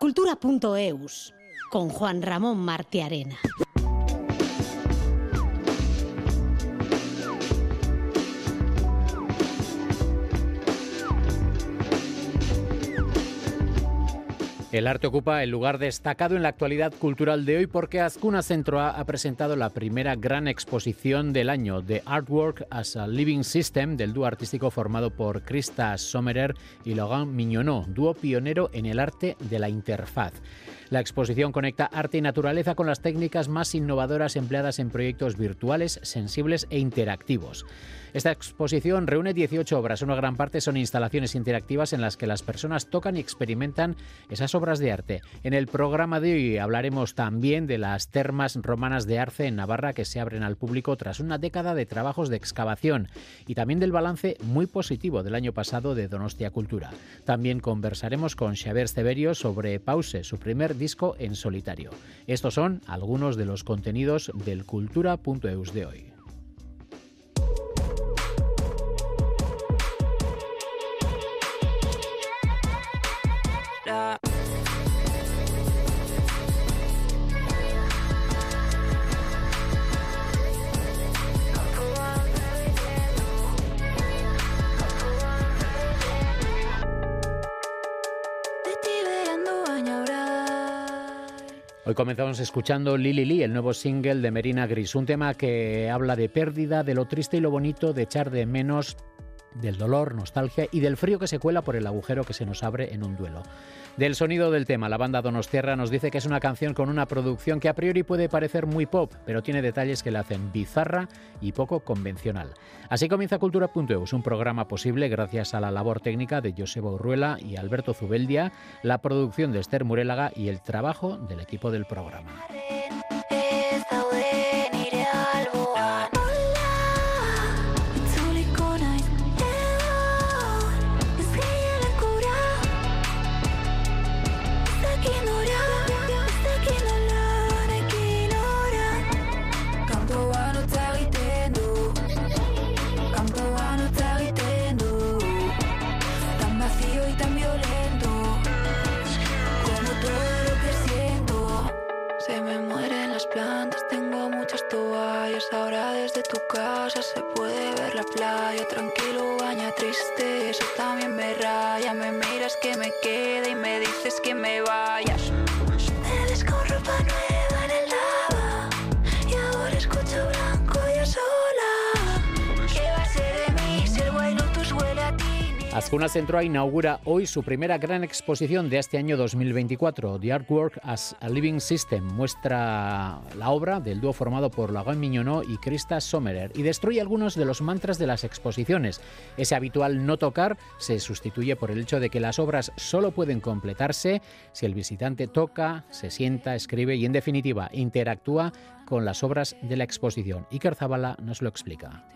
Cultura.eus, con Juan Ramón Martiarena. El arte ocupa el lugar destacado en la actualidad cultural de hoy porque Azkuna Zentroa ha presentado la primera gran exposición del año, The Artwork as a Living System, del dúo artístico formado por Krista Sommerer y Laurent Mignonneau, dúo pionero en el arte de la interfaz. La exposición conecta arte y naturaleza con las técnicas más innovadoras empleadas en proyectos virtuales, sensibles e interactivos. Esta exposición reúne 18 obras, una gran parte son instalaciones interactivas en las que las personas tocan y experimentan esas obras de arte. En el programa de hoy hablaremos también de las termas romanas de Arce en Navarra que se abren al público tras una década de trabajos de excavación y también del balance muy positivo del año pasado de Donostia Cultura. También conversaremos con Xavier Severio sobre Pause, su primer disco en solitario. Estos son algunos de los contenidos del Cultura.eus de hoy. Hoy comenzamos escuchando Lili Li, el nuevo single de Merina Gris, un tema que habla de pérdida, de lo triste y lo bonito, de echar de menos, del dolor, nostalgia y del frío que se cuela por el agujero que se nos abre en un duelo. Del sonido del tema, la banda Donostiarra nos dice que es una canción con una producción que a priori puede parecer muy pop, pero tiene detalles que la hacen bizarra y poco convencional. Así comienza Cultura.eus, un programa posible gracias a la labor técnica de Joseba Urruela y Alberto Zubeldia, la producción de Esther Murélaga y el trabajo del equipo del programa. Ahora desde tu casa se puede ver la playa, tranquilo, baña triste, eso también me raya. Me miras que me quede y me dices que me vayas. Me ves con ropa nueva en el lava y ahora escucho blanco yo sola. ¿Qué va a ser de mí si el White Lotus huele a ti? Azkuna Zentroa inaugura hoy su primera gran exposición de este año 2024. The Artwork as a Living System muestra la obra del dúo formado por Laurent Mignonneau y Krista Sommerer y destruye algunos de los mantras de las exposiciones. Ese habitual no tocar se sustituye por el hecho de que las obras solo pueden completarse si el visitante toca, se sienta, escribe y en definitiva interactúa con las obras de la exposición. Iker Zabala nos lo explica.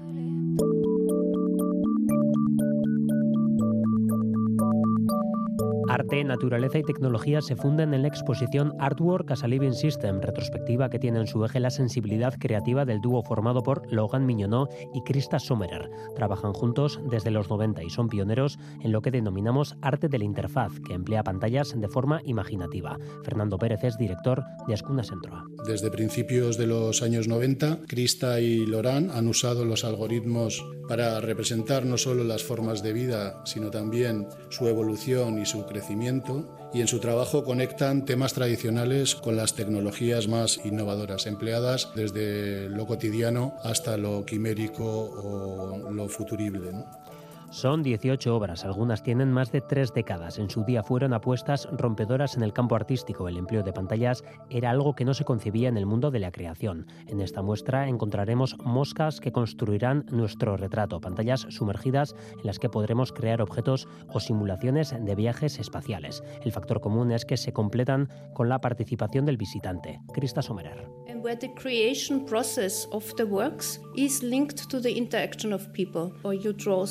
Arte, naturaleza y tecnología se funden en la exposición Artwork as a Living System, retrospectiva que tiene en su eje la sensibilidad creativa del dúo formado por Laurent Mignonneau y Krista Sommerer. Trabajan juntos desde los 90 y son pioneros en lo que denominamos arte de la interfaz, que emplea pantallas de forma imaginativa. Fernando Pérez es director de Azkuna Zentroa. Desde principios de los años 90, Krista y Laurent han usado los algoritmos para representar no solo las formas de vida, sino también su evolución y su crecimiento, y en su trabajo conectan temas tradicionales con las tecnologías más innovadoras, empleadas desde lo cotidiano hasta lo quimérico o lo futurible, ¿no? Son 18 obras, algunas tienen más de 3 décadas. En su día fueron apuestas rompedoras en el campo artístico. El empleo de pantallas era algo que no se concebía en el mundo de la creación. En esta muestra encontraremos moscas que construirán nuestro retrato, pantallas sumergidas en las que podremos crear objetos o simulaciones de viajes espaciales. El factor común es que se completan con la participación del visitante. Krista Sommerer. And where the creation process of the works is linked to the interaction of people. Or you draw some form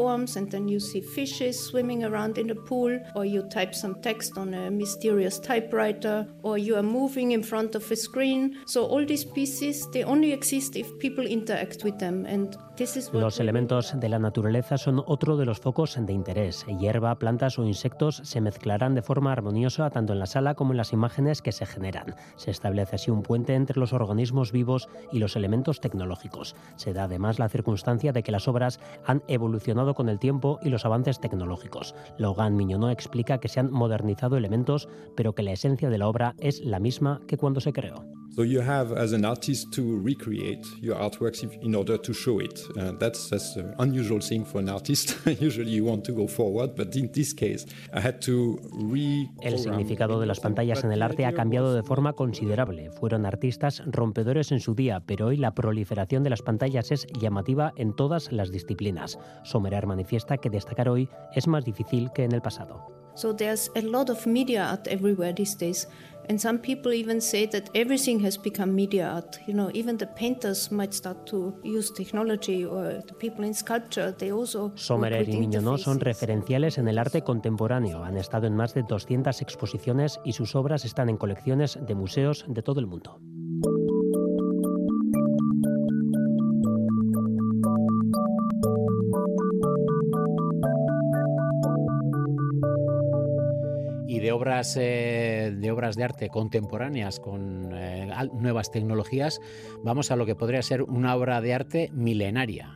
forms, and then you see fishes swimming around in the pool, or you type some text on a mysterious typewriter, or you are moving in front of a screen. So all these pieces, they only exist if people interact with them, and this is what... Los elementos de la naturaleza son otro de los focos de interés. Hierba, plantas o insectos se mezclarán de forma armoniosa tanto en la sala como en las imágenes que se generan. Se establece así un puente entre los organismos vivos y los elementos tecnológicos. Se da además la circunstancia de que las obras han evolucionado con el tiempo y los avances tecnológicos. Logan Mignonneau explica que se han modernizado elementos, pero que la esencia de la obra es la misma que cuando se creó. So you have, as an artist, to recreate your artworks in order to show it. That's an unusual thing for an artist. Usually you want to go forward, but in this case I had to El significado de las pantallas en el arte ha cambiado de forma considerable. Fueron artistas rompedores en su día, pero hoy la proliferación de las pantallas es llamativa en todas las disciplinas. Sommerer manifiesta que destacar hoy es más difícil que en el pasado. So there's a lot of media art everywhere these days. And some people even say that everything has become media art. You know, even the painters might start to use technology, or the people in sculpture, they also... Sommerer y Mignonneau son referenciales en el arte contemporáneo. Han estado en más de 200 exposiciones y sus obras están en colecciones de museos de todo el mundo. Y de obras de arte contemporáneas con nuevas tecnologías, vamos a lo que podría ser una obra de arte milenaria.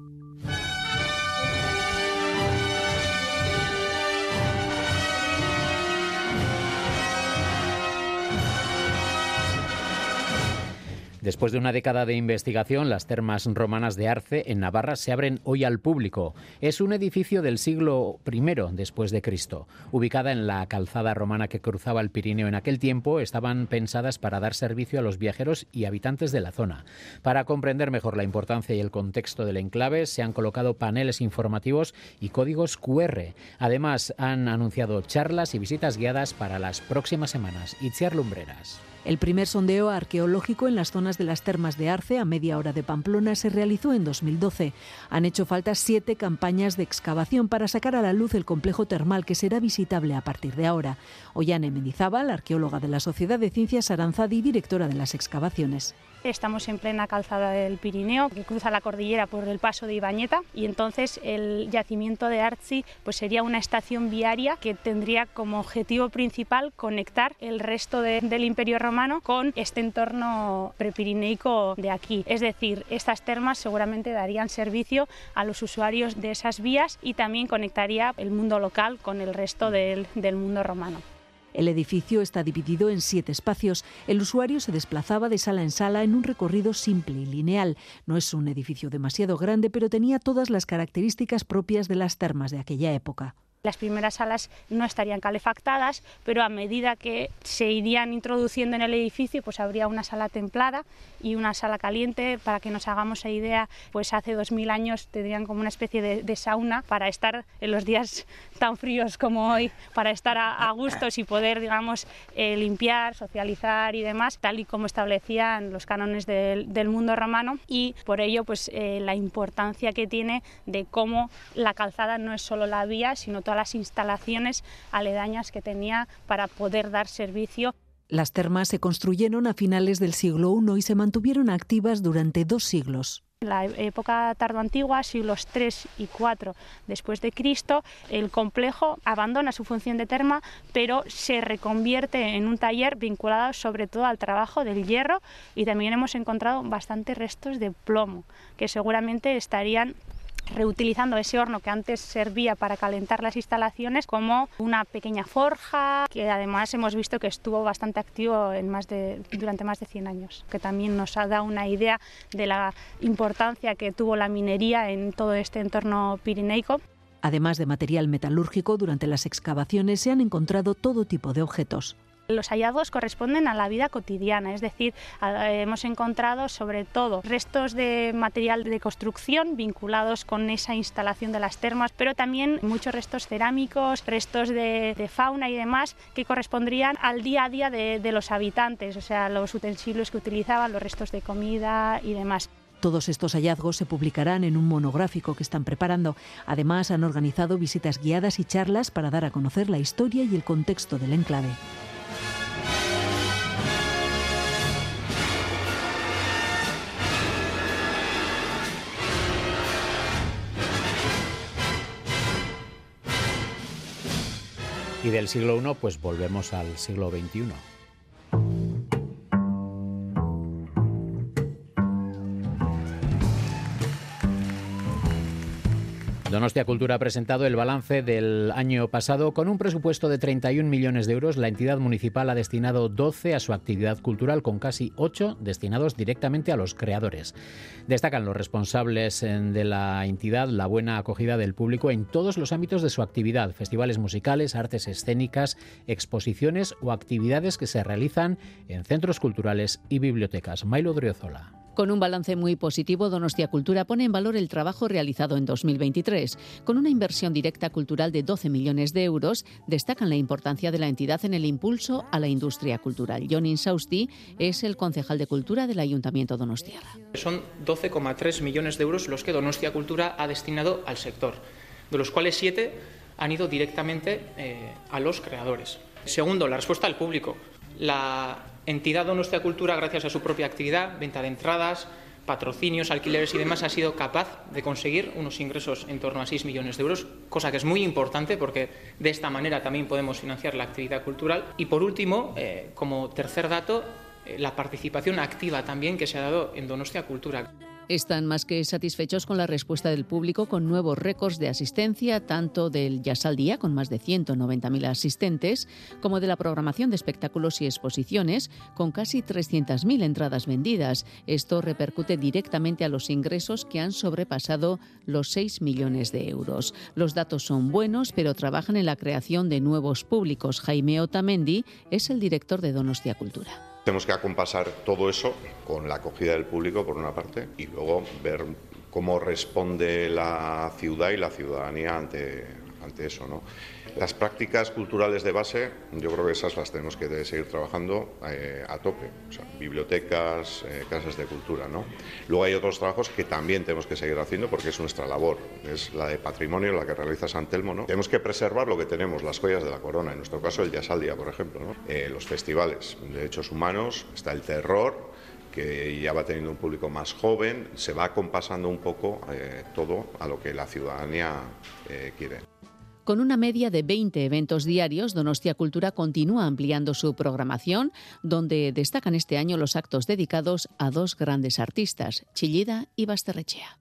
Después de una década de investigación, las termas romanas de Arce, en Navarra, se abren hoy al público. Es un edificio del siglo I después de Cristo. Ubicada en la calzada romana que cruzaba el Pirineo en aquel tiempo, estaban pensadas para dar servicio a los viajeros y habitantes de la zona. Para comprender mejor la importancia y el contexto del enclave, se han colocado paneles informativos y códigos QR. Además, han anunciado charlas y visitas guiadas para las próximas semanas. Itziar Lumbreras. El primer sondeo arqueológico en las zonas de las termas de Arce, a media hora de Pamplona, se realizó en 2012. Han hecho falta 7 campañas de excavación para sacar a la luz el complejo termal que será visitable a partir de ahora. Ollane Mendizábal, arqueóloga de la Sociedad de Ciencias Aranzadi y directora de las excavaciones. Estamos en plena calzada del Pirineo, que cruza la cordillera por el paso de Ibañeta, y entonces el yacimiento de Artzi pues sería una estación viaria que tendría como objetivo principal conectar el resto del Imperio Romano con este entorno prepirineico de aquí. Es decir, estas termas seguramente darían servicio a los usuarios de esas vías y también conectaría el mundo local con el resto del mundo romano. El edificio está dividido en 7 espacios. El usuario se desplazaba de sala en sala en un recorrido simple y lineal. No es un edificio demasiado grande, pero tenía todas las características propias de las termas de aquella época. Las primeras salas no estarían calefactadas, pero a medida que se irían introduciendo en el edificio, pues habría una sala templada y una sala caliente. Para que nos hagamos idea, pues hace 2000 años tendrían como una especie de sauna para estar en los días tan fríos como hoy, para estar a gustos y poder, digamos, limpiar, socializar y demás, tal y como establecían los cánones del mundo romano. Y por ello, pues la importancia que tiene de cómo la calzada no es solo la vía, sino todas las instalaciones aledañas que tenía para poder dar servicio. Las termas se construyeron a finales del siglo I y se mantuvieron activas durante 2 siglos. En la época tardoantigua, siglos III y IV después de Cristo, el complejo abandona su función de terma, pero se reconvierte en un taller vinculado sobre todo al trabajo del hierro, y también hemos encontrado bastantes restos de plomo que seguramente estarían reutilizando ese horno que antes servía para calentar las instalaciones como una pequeña forja, que además hemos visto que estuvo bastante activo durante más de 100 años, que también nos ha dado una idea de la importancia que tuvo la minería en todo este entorno pirineico. Además de material metalúrgico, durante las excavaciones se han encontrado todo tipo de objetos. Los hallazgos corresponden a la vida cotidiana, es decir, hemos encontrado sobre todo restos de material de construcción vinculados con esa instalación de las termas, pero también muchos restos cerámicos, restos de fauna y demás que correspondrían al día a día de los habitantes, o sea, los utensilios que utilizaban, los restos de comida y demás. Todos estos hallazgos se publicarán en un monográfico que están preparando. Además, han organizado visitas guiadas y charlas para dar a conocer la historia y el contexto del enclave. Y del siglo I, pues volvemos al siglo XXI. Donostia Cultura ha presentado el balance del año pasado. Con un presupuesto de 31 millones de euros, la entidad municipal ha destinado 12 a su actividad cultural, con casi 8 destinados directamente a los creadores. Destacan los responsables de la entidad la buena acogida del público en todos los ámbitos de su actividad: festivales musicales, artes escénicas, exposiciones o actividades que se realizan en centros culturales y bibliotecas. Mailo Driozola. Con un balance muy positivo, Donostia Cultura pone en valor el trabajo realizado en 2023. Con una inversión directa cultural de 12 millones de euros, destacan la importancia de la entidad en el impulso a la industria cultural. Jon Insausti es el concejal de Cultura del Ayuntamiento donostiarra. Son 12,3 millones de euros los que Donostia Cultura ha destinado al sector, de los cuales 7 han ido directamente a los creadores. Segundo, la respuesta al público. La entidad Donostia Cultura, gracias a su propia actividad, venta de entradas, patrocinios, alquileres y demás, ha sido capaz de conseguir unos ingresos en torno a 6 millones de euros, cosa que es muy importante porque de esta manera también podemos financiar la actividad cultural. Y por último, como tercer dato, la participación activa también que se ha dado en Donostia Cultura. Están más que satisfechos con la respuesta del público, con nuevos récords de asistencia, tanto del Jazz al Día, con más de 190.000 asistentes, como de la programación de espectáculos y exposiciones, con casi 300.000 entradas vendidas. Esto repercute directamente a los ingresos, que han sobrepasado los 6 millones de euros. Los datos son buenos, pero trabajan en la creación de nuevos públicos. Jaime Otamendi es el director de Donostia Cultura. Tenemos que acompasar todo eso con la acogida del público, por una parte, y luego ver cómo responde la ciudad y la ciudadanía ante eso, ¿no? Las prácticas culturales de base, yo creo que esas las tenemos que seguir trabajando a tope, o sea, bibliotecas, casas de cultura, ¿no? Luego hay otros trabajos que también tenemos que seguir haciendo porque es nuestra labor, es la de patrimonio, la que realiza San Telmo, ¿no? Tenemos que preservar lo que tenemos, las joyas de la corona, en nuestro caso el Jazz al Día, por ejemplo, ¿no? Los festivales de derechos humanos, está el terror, que ya va teniendo un público más joven, se va acompasando un poco todo a lo que la ciudadanía quiere. Con una media de 20 eventos diarios, Donostia Cultura continúa ampliando su programación, donde destacan este año los actos dedicados a 2 grandes artistas, Chillida y Basterrechea.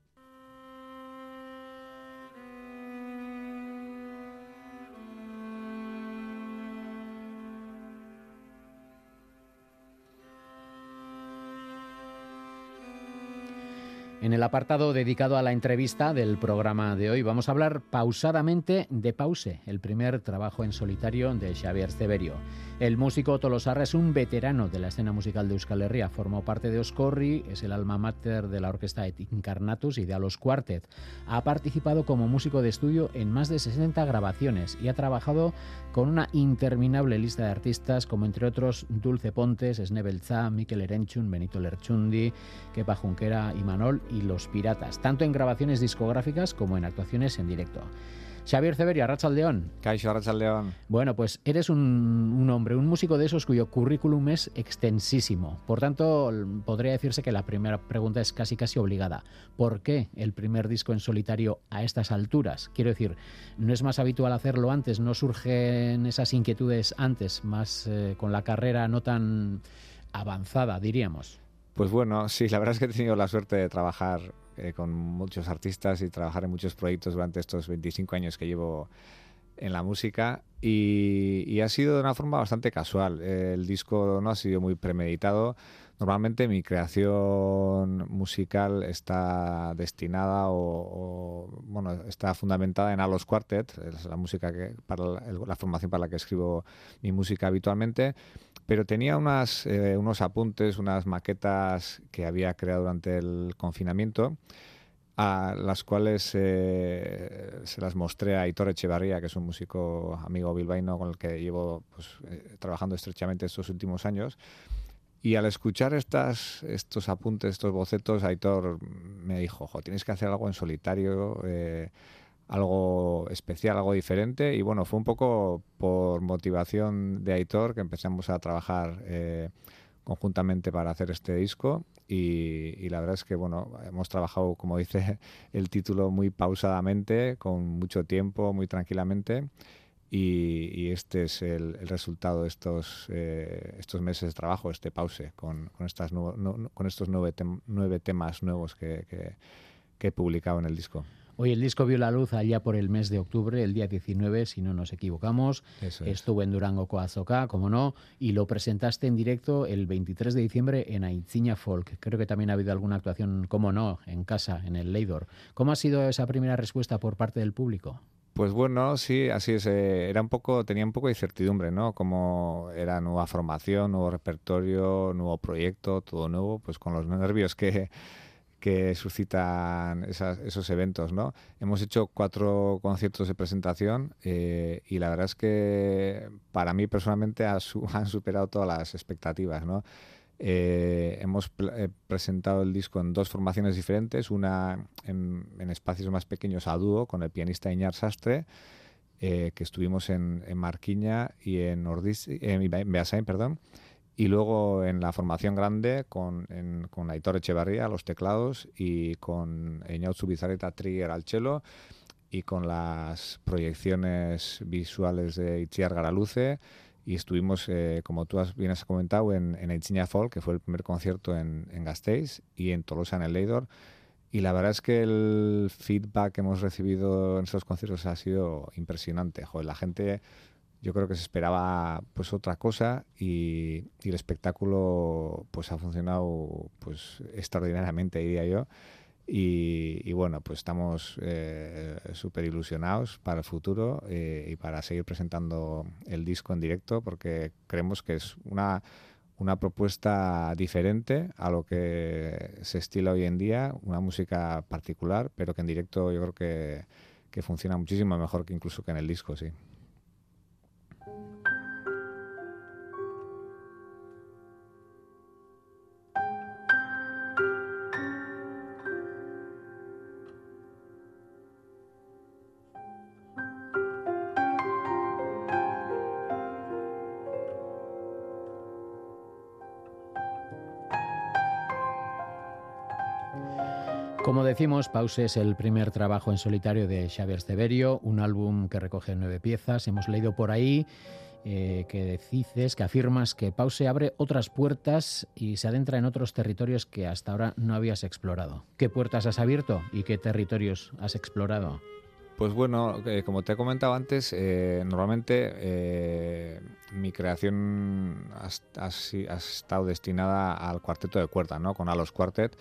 En el apartado dedicado a la entrevista del programa de hoy vamos a hablar pausadamente de Pause, el primer trabajo en solitario de Xabier Ceberio. El músico tolosarra es un veterano de la escena musical de Euskal Herria, formó parte de Oscorri, es el alma mater de la orquesta Et Incarnatus y de Alos Quartet. Ha participado como músico de estudio en más de 60 grabaciones y ha trabajado con una interminable lista de artistas como entre otros Dulce Pontes, Esne Beltza, Mikel Erenchun, Benito Lerchundi, Kepa Junquera, Imanol y Los Piratas, tanto en grabaciones discográficas como en actuaciones en directo. Xabier Ceberio, arratsaldeon. Kaixo, arratsaldeon. Bueno, pues eres un hombre, un músico de esos cuyo currículum es extensísimo. Por tanto, podría decirse que la primera pregunta es casi obligada. ¿Por qué el primer disco en solitario a estas alturas? Quiero decir, ¿no es más habitual hacerlo antes? ¿No surgen esas inquietudes antes, más con la carrera no tan avanzada, diríamos? Pues bueno, sí, la verdad es que he tenido la suerte de trabajar con muchos artistas y trabajar en muchos proyectos durante estos 25 años que llevo en la música y ha sido de una forma bastante casual. El disco no ha sido muy premeditado. Normalmente mi creación musical está destinada bueno, está fundamentada en Alos Quartet, es la música la formación para la que escribo mi música habitualmente, pero tenía unos apuntes, unas maquetas que había creado durante el confinamiento, a las cuales se las mostré a Aitor Echevarría, que es un músico amigo bilbaíno con el que llevo trabajando estrechamente estos últimos años. Y al escuchar estos apuntes, estos bocetos, Aitor me dijo, tienes que hacer algo en solitario, algo especial, algo diferente. Y bueno, fue un poco por motivación de Aitor que empezamos a trabajar conjuntamente para hacer este disco. Y la verdad es que bueno, hemos trabajado, como dice el título, muy pausadamente, con mucho tiempo, muy tranquilamente. Y este es el resultado de estos meses de trabajo, este pause, con estos 9 temas nuevos que he publicado en el disco. Hoy el disco vio la luz allá por el mes de octubre, el día 19, si no nos equivocamos. Eso es. Estuvo en Durango Coazoca, como no, y lo presentaste en directo el 23 de diciembre en Aitziña Folk. Creo que también ha habido alguna actuación, como no, en casa, en el Leidor. ¿Cómo ha sido esa primera respuesta por parte del público? Pues bueno, sí, así es. Tenía un poco de incertidumbre, ¿no? Como era nueva formación, nuevo repertorio, nuevo proyecto, todo nuevo, pues con los nervios que suscitan esos eventos, ¿no? Hemos hecho 4 conciertos de presentación y la verdad es que para mí personalmente han superado todas las expectativas, ¿no? Hemos presentado el disco en 2 formaciones diferentes, una en espacios más pequeños a dúo con el pianista Iñar Sastre, que estuvimos en Marquiña y en Beasain, perdón, y luego en la formación grande con Aitor Echevarría a los teclados y con Eñaut Zubizarreta Trigger al cello y con las proyecciones visuales de Itziar Garaluce. Y estuvimos, como tú bien has comentado, en Aitziña Folk, que fue el primer concierto en Gasteiz, y en Tolosa, en el Leidor. Y la verdad es que el feedback que hemos recibido en esos conciertos ha sido impresionante. La gente, yo creo que se esperaba pues otra cosa y el espectáculo pues ha funcionado pues extraordinariamente, diría yo. Y bueno, pues estamos súper ilusionados para el futuro y para seguir presentando el disco en directo, porque creemos que es una propuesta diferente a lo que se estila hoy en día, una música particular, pero que en directo yo creo que funciona muchísimo mejor que incluso que en el disco, sí. Como decimos, Pause es el primer trabajo en solitario de Xabier Severio, un álbum que recoge 9 piezas. Hemos leído por ahí que afirmas que Pause abre otras puertas y se adentra en otros territorios que hasta ahora no habías explorado. ¿Qué puertas has abierto y qué territorios has explorado? Pues bueno, como te he comentado antes, normalmente mi creación ha estado destinada al cuarteto de cuerda, ¿no? Con Alos Quartet.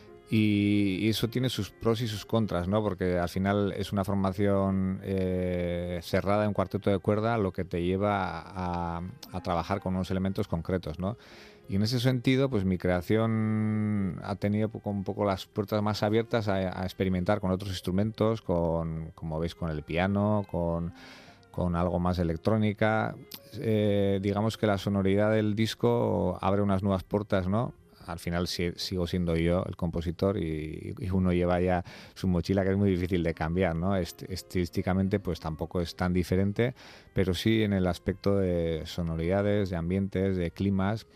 Y eso tiene sus pros y sus contras, ¿no? Porque al final es una formación cerrada en cuarteto de cuerda, lo que te lleva a trabajar con unos elementos concretos, ¿no? Y en ese sentido, pues mi creación ha tenido un poco las puertas más abiertas a experimentar con otros instrumentos, como veis, con el piano, con algo más electrónica. Digamos que la sonoridad del disco abre unas nuevas puertas, ¿no? Al final sigo siendo yo el compositor y uno lleva ya su mochila, que es muy difícil de cambiar, ¿no? Estilísticamente pues tampoco es tan diferente, pero sí en el aspecto de sonoridades, de ambientes, de climas.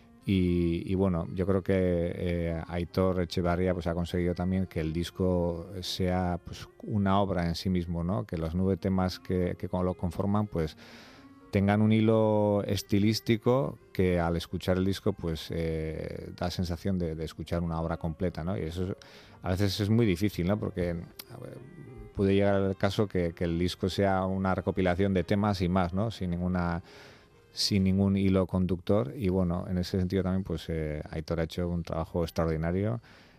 Y bueno, yo creo que Aitor Echevarría pues ha conseguido también que el disco sea pues una obra en sí mismo, ¿no? Que los 9 temas que lo conforman pues tengan un hilo estilístico que al escuchar el disco pues da sensación de escuchar una obra completa, ¿no? Y eso a veces es muy difícil, ¿no? Porque puede llegar el caso que el disco sea una recopilación de temas y más, ¿no? Sin ningún hilo conductor. Y bueno, en ese sentido también pues Aitor ha hecho un trabajo extraordinario.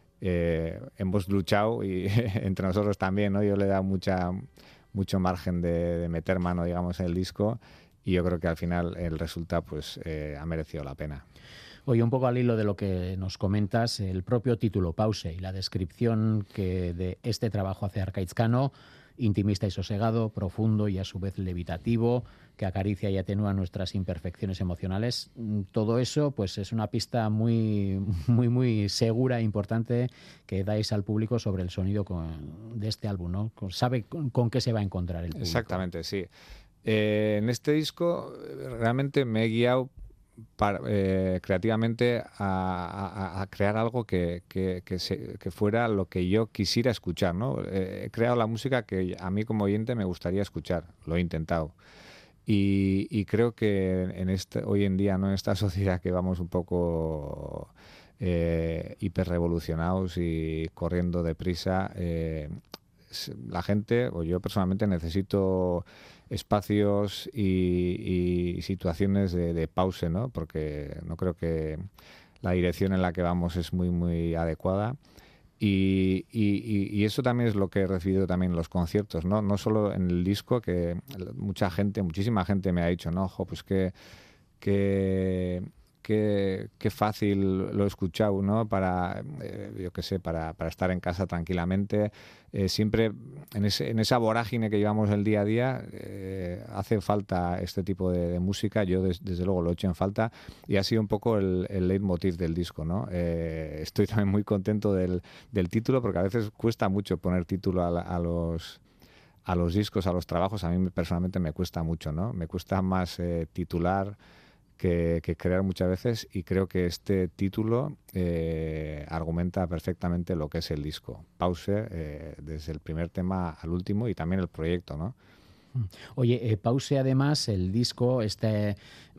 Hemos luchado y entre nosotros también, ¿no? Yo le he dado mucho margen de meter mano, digamos, en el disco. Y yo creo que al final el resultado pues ha merecido la pena. Oye, un poco al hilo de lo que nos comentas, el propio título Pause y la descripción que de este trabajo hace Arkaitz Cano, intimista y sosegado, profundo y a su vez levitativo, que acaricia y atenúa nuestras imperfecciones emocionales. Todo eso pues es una pista muy segura e importante que dais al público sobre el sonido de este álbum, ¿no? Sabe con qué se va a encontrar el público. Exactamente, sí. En este disco realmente me he guiado creativamente a crear algo que fuera lo que yo quisiera escuchar, ¿no? He creado la música que a mí como oyente me gustaría escuchar, lo he intentado. Y creo que hoy en día, ¿no?, en esta sociedad que vamos un poco hiperrevolucionados y corriendo deprisa, la gente, o yo personalmente, necesito espacios y situaciones de pause, ¿no? Porque no creo que la dirección en la que vamos es muy adecuada. Y eso también es lo que he recibido también en los conciertos, ¿no? No solo en el disco, que muchísima gente me ha dicho, no, pues qué fácil lo he escuchado, ¿no? Para, yo qué sé, para estar en casa tranquilamente. Siempre en esa vorágine que llevamos el día a día, hace falta este tipo de música. Yo desde luego lo he hecho en falta y ha sido un poco el leitmotiv del disco, ¿no? Estoy también muy contento del título, porque a veces cuesta mucho poner título a los discos, a los trabajos. A mí personalmente me cuesta mucho, ¿no? Me cuesta más titular que crear muchas veces, y creo que este título argumenta perfectamente lo que es el disco. Pause, desde el primer tema al último, y también el proyecto, ¿no? Oye, Pause, además, el disco, no sé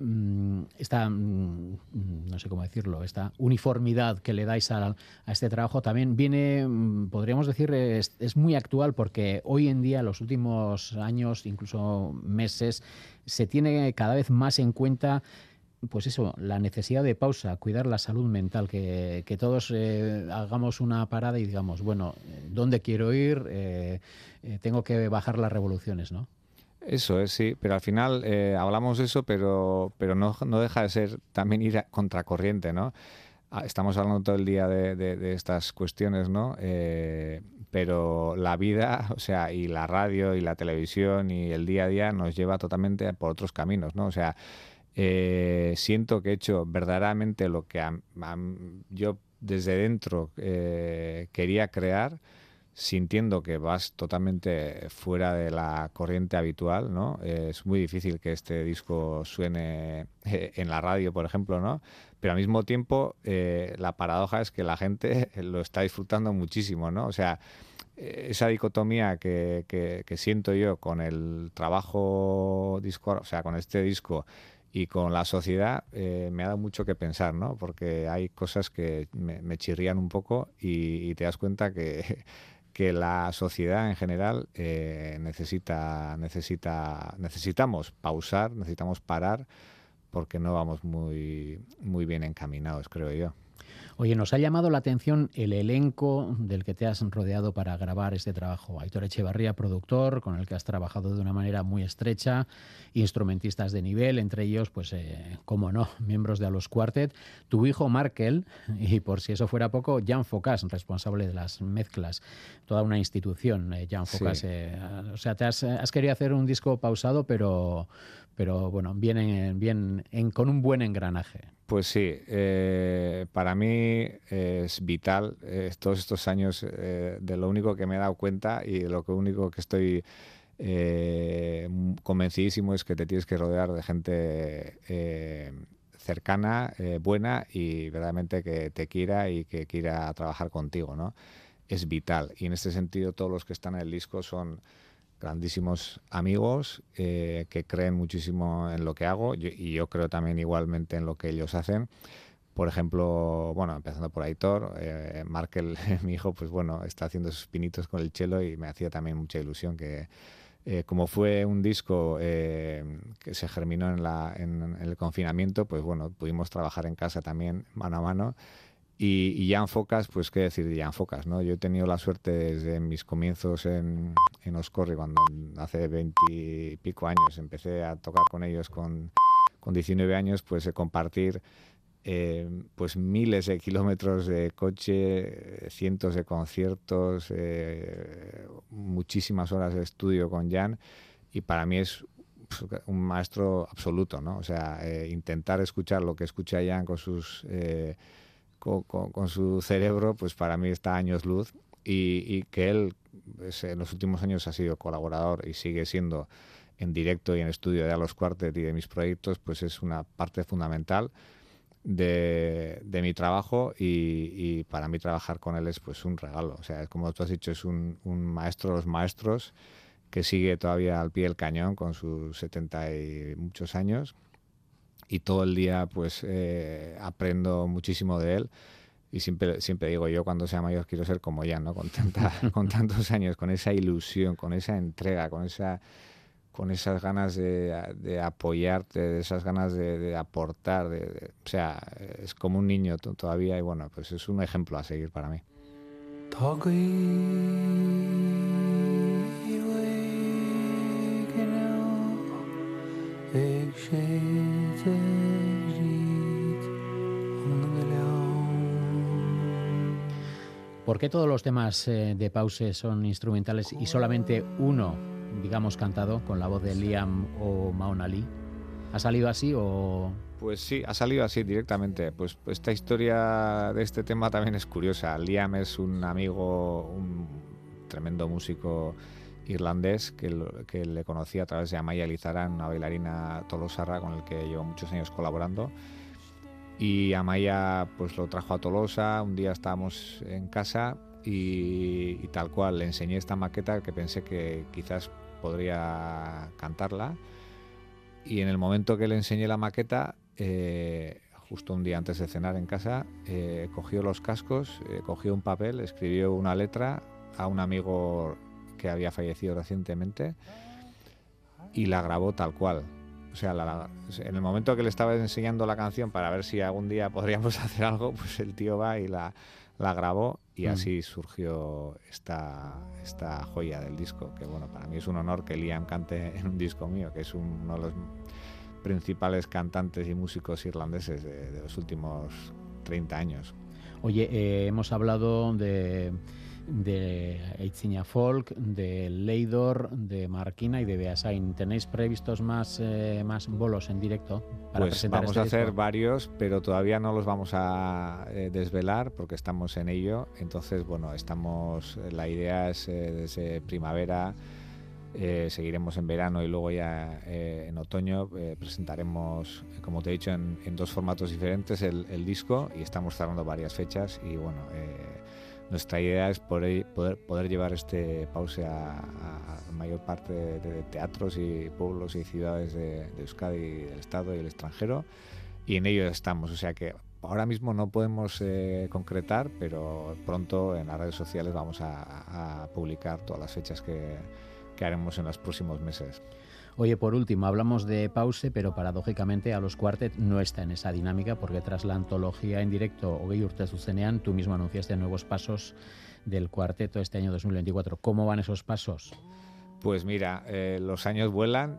cómo decirlo, esta uniformidad que le dais a este trabajo también viene, podríamos decir, es muy actual, porque hoy en día, los últimos años, incluso meses, se tiene cada vez más en cuenta, pues eso, la necesidad de pausa, cuidar la salud mental, que todos hagamos una parada y digamos, bueno, ¿dónde quiero ir? Tengo que bajar las revoluciones, ¿no? Eso es, sí, pero al final hablamos de eso, pero no deja de ser también ir a contracorriente, ¿no? Estamos hablando todo el día de estas cuestiones, ¿no? Pero la vida, o sea, y la radio y la televisión y el día a día nos lleva totalmente por otros caminos, ¿no? O sea, siento que he hecho verdaderamente lo que yo desde dentro quería crear, sintiendo que vas totalmente fuera de la corriente habitual, ¿no? Es muy difícil que este disco suene en la radio, por ejemplo, ¿no? Pero al mismo tiempo, la paradoja es que la gente lo está disfrutando muchísimo, ¿no? O sea, esa dicotomía que siento yo con el trabajo disco, o sea, con este disco y con la sociedad, me ha dado mucho que pensar, ¿no? Porque hay cosas que me chirrían un poco, y te das cuenta que la sociedad en general necesitamos pausar, necesitamos parar, porque no vamos muy bien encaminados, creo yo. Oye, nos ha llamado la atención el elenco del que te has rodeado para grabar este trabajo. Aitor Echevarría, productor, con el que has trabajado de una manera muy estrecha, instrumentistas de nivel, entre ellos, pues, como no, miembros de Alos Quartet, tu hijo Markel, y por si eso fuera poco, Jan Focas, responsable de las mezclas, toda una institución, Jan Focas. Sí. O sea, te has querido hacer un disco pausado, pero bueno, con un buen engranaje. Pues sí, para mí es vital todos estos años, de lo único que me he dado cuenta y de lo único que estoy convencidísimo es que te tienes que rodear de gente cercana, buena, y verdaderamente que te quiera y que quiera trabajar contigo, ¿no? Es vital, y en este sentido todos los que están en el disco son grandísimos amigos que creen muchísimo en lo que hago, y yo creo también igualmente en lo que ellos hacen. Por ejemplo, bueno, empezando por Aitor, Markel, mi hijo, pues bueno, está haciendo sus pinitos con el cello, y me hacía también mucha ilusión que, como fue un disco que se germinó en el confinamiento, pues bueno, pudimos trabajar en casa también mano a mano. Y Jan Focas, pues qué decir de Jan Focas, ¿no? Yo he tenido la suerte desde mis comienzos en Oscorri, cuando hace 20 y pico años empecé a tocar con ellos con 19 años, pues compartir pues miles de kilómetros de coche, cientos de conciertos, muchísimas horas de estudio con Jan, y para mí es un maestro absoluto, ¿no? O sea, intentar escuchar lo que escucha Jan con sus con su cerebro, pues para mí está a años luz, y que él en los últimos años ha sido colaborador y sigue siendo en directo y en estudio de A Los Quartet y de mis proyectos, pues es una parte fundamental de mi trabajo, y para mí trabajar con él es pues un regalo. O sea, como tú has dicho, es un maestro de los maestros que sigue todavía al pie del cañón con sus 70 y muchos años, y todo el día pues aprendo muchísimo de él, y siempre digo, yo cuando sea mayor quiero ser como Jan, ¿no? Con tantos años, con esa ilusión, con esa entrega, con esas ganas de apoyarte, de esas ganas de aportar, o sea, es como un niño todavía, y bueno, pues es un ejemplo a seguir para mí. ¿Por qué todos los temas de Pause son instrumentales y solamente uno, digamos, cantado con la voz de Liam o Maon Ali? ¿Ha salido así o...? Pues sí, ha salido así directamente. Pues esta historia de este tema también es curiosa. Liam es un amigo, un tremendo músico irlandés que le conocí a través de Amaya Lizaran, una bailarina tolosarra con el que llevo muchos años colaborando. Y Amaya pues lo trajo a Tolosa. Un día estábamos en casa y tal cual le enseñé esta maqueta que pensé que quizás podría cantarla, y en el momento que le enseñé la maqueta, justo un día antes de cenar en casa, cogió los cascos, cogió un papel, escribió una letra a un amigo que había fallecido recientemente y la grabó tal cual. O sea, en el momento que le estaba enseñando la canción para ver si algún día podríamos hacer algo, pues el tío va y la grabó, y así surgió esta joya del disco, que bueno, para mí es un honor que Liam cante en un disco mío, que es uno de los principales cantantes y músicos irlandeses de los últimos 30 años. Oye, hemos hablado de Eitziña Folk, de Leidor, de Marquina y de Beasain. ¿Tenéis previstos más bolos en directo para presentar vamos este a hacer disco? varios, pero todavía no los vamos a desvelar porque estamos en ello. Entonces, bueno, la idea es desde primavera, seguiremos en verano y luego ya en otoño presentaremos, como te he dicho, en dos formatos diferentes el disco, y estamos cerrando varias fechas, y bueno, nuestra idea es poder llevar este Pause a mayor parte de teatros y pueblos y ciudades de Euskadi, del Estado y el extranjero, y en ello estamos. O sea que ahora mismo no podemos concretar, pero pronto en las redes sociales vamos a publicar todas las fechas que haremos en los próximos meses. Oye, por último, hablamos de Pause, pero paradójicamente A Los Quartet no está en esa dinámica, porque tras la antología en directo Hogei Urte Zuzenean, tú mismo anunciaste nuevos pasos del cuarteto este año 2024. ¿Cómo van esos pasos? Pues mira, los años vuelan,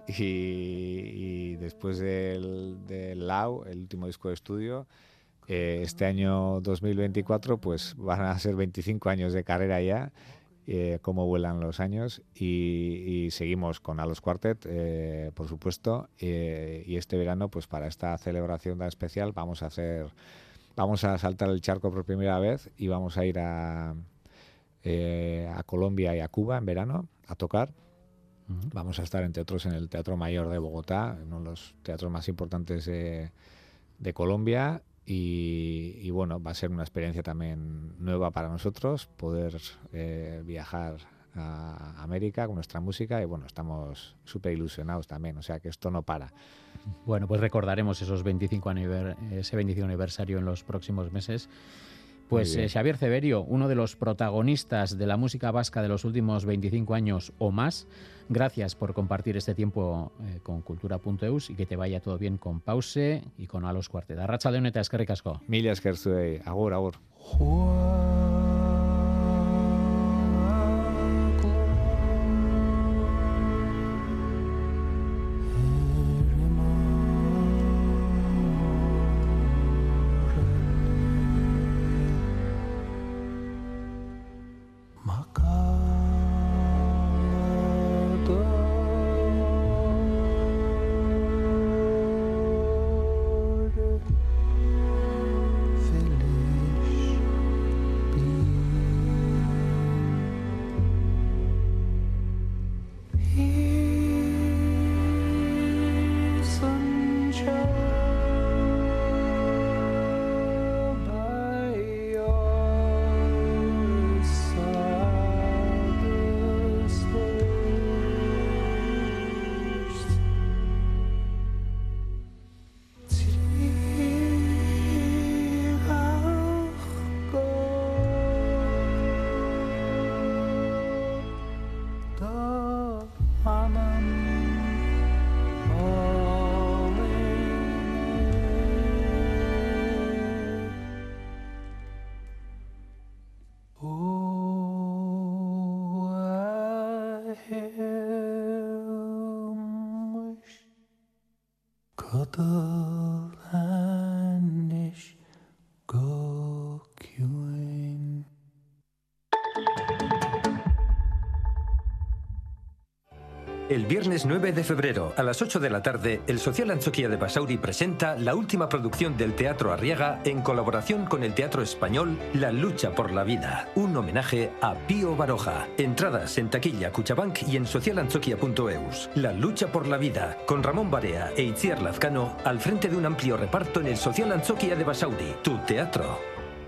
y después del Lau, el último disco de estudio, este año 2024 pues van a ser 25 años de carrera ya. Cómo vuelan los años, y seguimos con A Los Quartet, por supuesto, y este verano pues para esta celebración tan especial vamos a saltar el charco por primera vez, y vamos a ir a Colombia y a Cuba en verano a tocar. Vamos a estar, entre otros, en el Teatro Mayor de Bogotá, uno de los teatros más importantes de Colombia. Y bueno, va a ser una experiencia también nueva para nosotros, poder viajar a América con nuestra música, y bueno, estamos súper ilusionados también, o sea que esto no para. Bueno, pues recordaremos ese 25 aniversario en los próximos meses. Pues Xavier Ceberio, uno de los protagonistas de la música vasca de los últimos 25 años o más, gracias por compartir este tiempo con Kultura.eus, y que te vaya todo bien con Pause y con A Los Quartet. Arratsaldeon eta eskerrik asko. Mila esker zuei, agur, agur. El viernes 9 de febrero, a las 8 de la tarde, el Social Antzoquia de Basauri presenta la última producción del Teatro Arriaga en colaboración con el Teatro Español La Lucha por la Vida, un homenaje a Pío Baroja. Entradas en taquilla Cuchabank y en socialantzoquia.eus. La Lucha por la Vida, con Ramón Barea e Itziar Lazcano al frente de un amplio reparto en el Social Antzoquia de Basauri, tu teatro.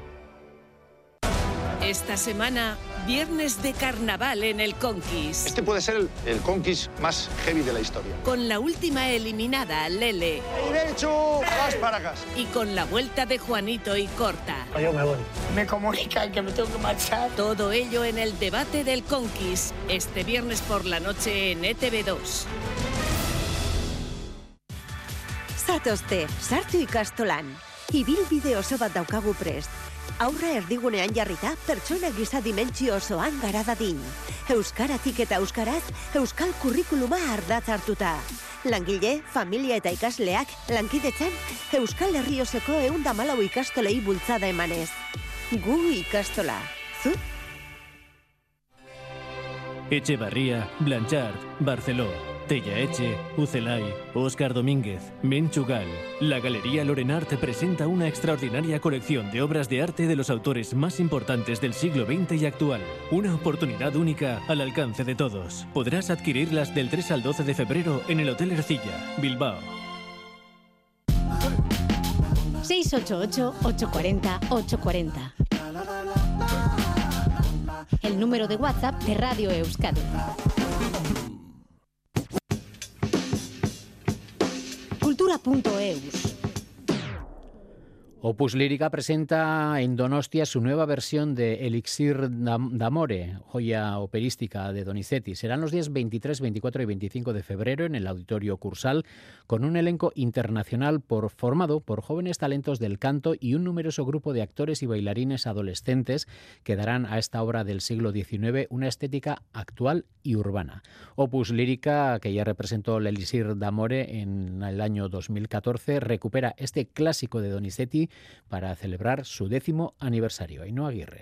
Esta semana, viernes de carnaval en el Conquis. Este puede ser el Conquis más heavy de la historia. Con la última eliminada, Lele. ¡Derecho! ¡Vas para casa! Y con la vuelta de Juanito y Corta. Yo me voy. Me comunican que me tengo que marchar. Todo ello en el debate del Conquis, este viernes por la noche en ETV2. Zatozte, sartu ikastolan. Ibilbide oso bat daukagu prest. Aurra erdigunean jarrita, pertsona giza dimentsio osoan gara dadin. Euskaratik eta euskaraz, euskal kurrikuluma ardatz hartuta. Langile, familia eta ikasleak, lankidetzan, Euskal Herri osoko 114 ikastolei bultzada emanez. Gu ikastola. Zu? Etxebarria, Blanchard, Barceló, Tellaetxe, Ucelay, Óscar Domínguez, Menchugal. La Galería Lorenart presenta una extraordinaria colección de obras de arte de los autores más importantes del siglo XX y actual. Una oportunidad única al alcance de todos. Podrás adquirirlas del 3 al 12 de febrero en el Hotel Ercilla, Bilbao. 688-840-840. El número de WhatsApp de Radio Euskadi. Cultura.eus. Opus Lírica presenta en Donostia su nueva versión de Elixir d'Amore, joya operística de Donizetti. Serán los días 23, 24 y 25 de febrero en el Auditorio Cursal, con un elenco internacional formado por jóvenes talentos del canto y un numeroso grupo de actores y bailarines adolescentes que darán a esta obra del siglo XIX una estética actual y urbana. Opus Lírica, que ya representó el Elixir d'Amore en el año 2014, recupera este clásico de Donizetti para celebrar su 10º aniversario. Ainhoa Aguirre.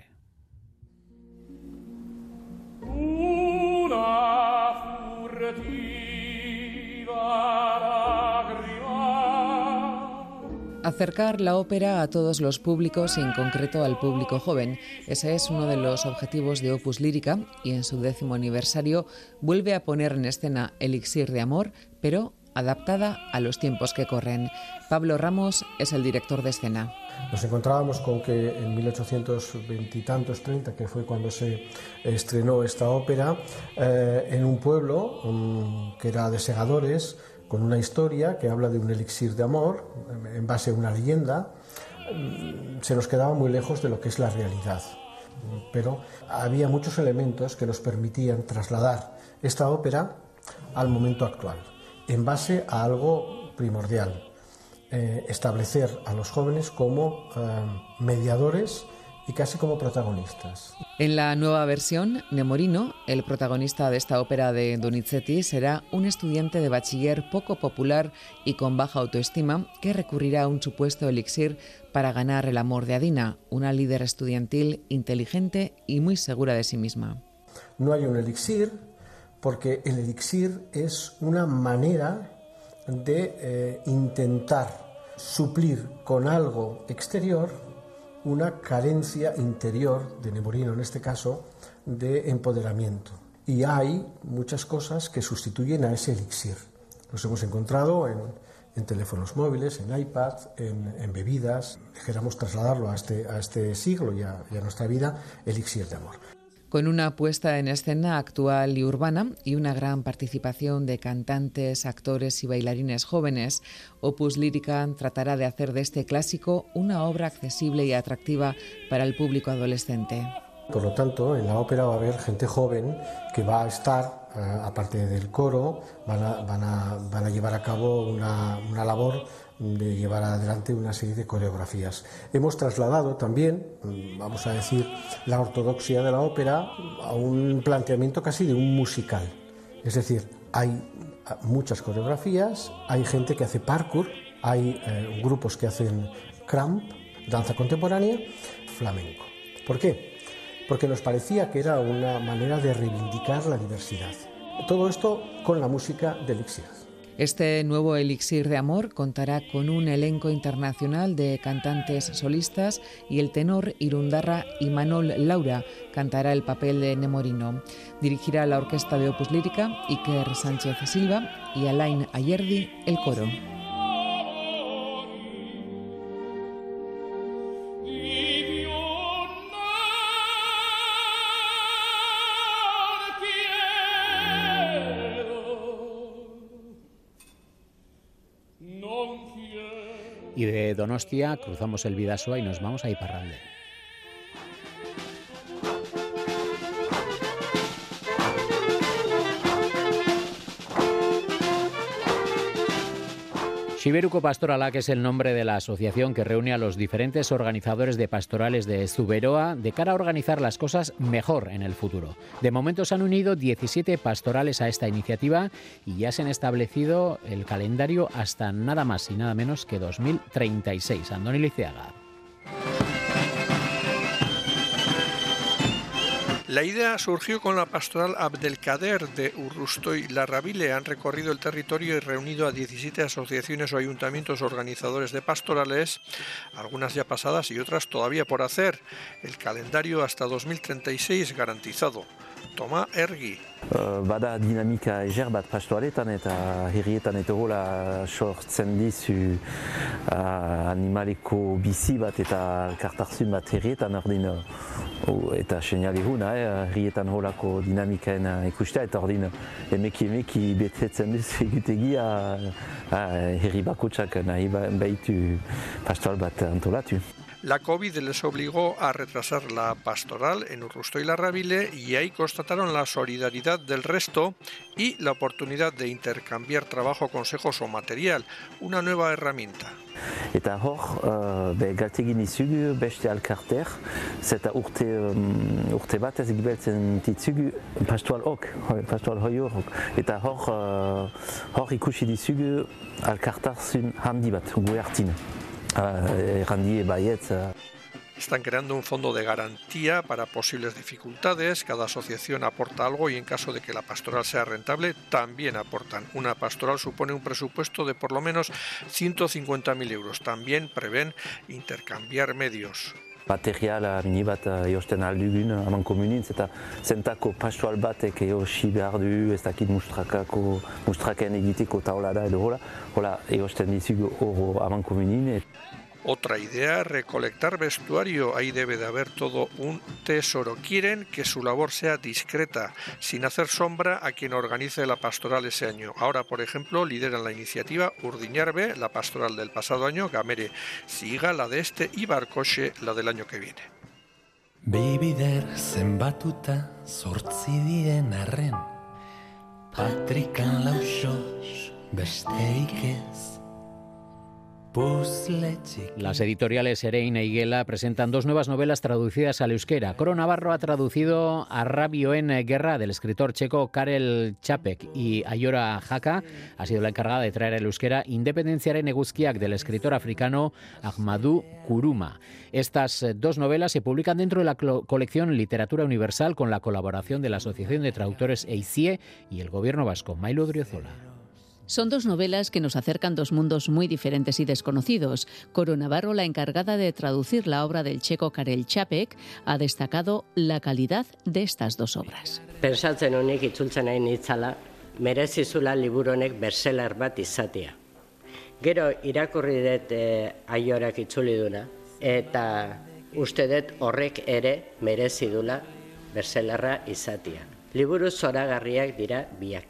Acercar la ópera a todos los públicos y en concreto al público joven. Ese es uno de los objetivos de Opus Lírica y en su 10º aniversario vuelve a poner en escena Elixir de Amor, pero adaptada a los tiempos que corren. Pablo Ramos es el director de escena. Nos encontrábamos con que en 1820 y tantos, 30, que fue cuando se estrenó esta ópera, en un pueblo que era de segadores, con una historia que habla de un elixir de amor, en base a una leyenda, se nos quedaba muy lejos de lo que es la realidad. Pero había muchos elementos que nos permitían trasladar esta ópera al momento actual, en base a algo primordial, establecer a los jóvenes como mediadores y casi como protagonistas. En la nueva versión, Nemorino, el protagonista de esta ópera de Donizetti, será un estudiante de bachiller poco popular y con baja autoestima que recurrirá a un supuesto elixir para ganar el amor de Adina, una líder estudiantil inteligente y muy segura de sí misma. No hay un elixir, porque el elixir es una manera de intentar suplir con algo exterior una carencia interior, de Nemorino en este caso, de empoderamiento. Y hay muchas cosas que sustituyen a ese elixir. Los hemos encontrado en teléfonos móviles, en iPad, en bebidas. Queramos trasladarlo a este siglo y a nuestra vida, elixir de amor. Con una puesta en escena actual y urbana y una gran participación de cantantes, actores y bailarines jóvenes, Opus Lírica tratará de hacer de este clásico una obra accesible y atractiva para el público adolescente. Por lo tanto, en la ópera va a haber gente joven que va a estar, aparte del coro, van a llevar a cabo una labor de llevar adelante una serie de coreografías. Hemos trasladado también, vamos a decir, la ortodoxia de la ópera a un planteamiento casi de un musical. Es decir, hay muchas coreografías, hay gente que hace parkour, hay grupos que hacen cramp, danza contemporánea, flamenco. ¿Por qué? Porque nos parecía que era una manera de reivindicar la diversidad. Todo esto con la música de Elixir. Este nuevo Elixir de Amor contará con un elenco internacional de cantantes solistas y el tenor irundarra Imanol Laura cantará el papel de Nemorino. Dirigirá la orquesta de Opus Lírica Iker Sánchez Silva y Alain Ayerdi el coro. Y de Donostia cruzamos el Bidasoa y nos vamos a Iparralde. Xiberuko Pastoralak es el nombre de la asociación que reúne a los diferentes organizadores de pastorales de Zuberoa de cara a organizar las cosas mejor en el futuro. De momento se han unido 17 pastorales a esta iniciativa y ya se han establecido el calendario hasta nada más y nada menos que 2036. Andoni Liceaga. La idea surgió con la pastoral Abdelkader de Urrustoy Larrabile. Han recorrido el territorio y reunido a 17 asociaciones o ayuntamientos organizadores de pastorales, algunas ya pasadas y otras todavía por hacer. El calendario hasta 2036 garantizado. Toma Ergi. Bada dinamika eger bat pastoaletan eta herrietan eta hola sortzen dizu animaleko bizi bat eta elkartasun bat herrietan ordin eta seinale huna herrietan holako dinamikaen ikustea eta ordin emeki betetzen duzu egutegia herri bakotsak nahi baitu pastoral bat antolatu. La COVID les obligó a retrasar la pastoral en Urrustoy Larrabile y ahí constataron la solidaridad del resto y la oportunidad de intercambiar trabajo, consejos o material, una nueva herramienta. Eta hor, galtegin izugu beste alkarter, zeta urte bat ez gibeltzen ditzugu pastoral hoior, eta hor ikusi dizugu alkartasun handi bat, gu hartin. Están creando un fondo de garantía para posibles dificultades. Cada asociación aporta algo y en caso de que la pastoral sea rentable, también aportan. Una pastoral supone un presupuesto de por lo menos 150.000 euros. También prevén intercambiar medios. Materiala mini bat eosten aldugun aman komunin, eta zentako pastoral batek eosi behar du, ez dakit mustraken egiteko taolada edo hola eosten dizugu oro aman komunin. Otra idea, recolectar vestuario. Ahí debe de haber todo un tesoro. Quieren que su labor sea discreta, sin hacer sombra a quien organice la pastoral ese año. Ahora, por ejemplo, lideran la iniciativa Urdiñarbe, la pastoral del pasado año, Gamere Siga, la de este, y Barcoche, la del año que viene. Bibider zenbatuta zortzi diren arren, Patrikan lausos besteik ez. Las editoriales Erein e Higuela presentan dos nuevas novelas traducidas al euskera. Coro Navarro ha traducido a Rabioen Guerra del escritor checo Karel Čapek y Ayora Jaka ha sido la encargada de traer al euskera Independentziaren eguzkiak del escritor africano Ahmadou Kuruma. Estas dos novelas se publican dentro de la colección Literatura Universal con la colaboración de la Asociación de Traductores EICIE y el Gobierno Vasco. Mailo Driozola. Son dos novelas que nos acercan dos mundos muy diferentes y desconocidos. Coro Navarro, la encargada de traducir la obra del checo Karel Čapek, ha destacado la calidad de estas dos obras. Pentsatzen honek itzultzen nahi nitzala, merezizula liburu honek bestseller bat izatea. Gero irakurri dut Aiorak itzuli duna, eta uste dut horrek ere merezi dula bestsellerra izatea. Liburu zoragarriak dira biak.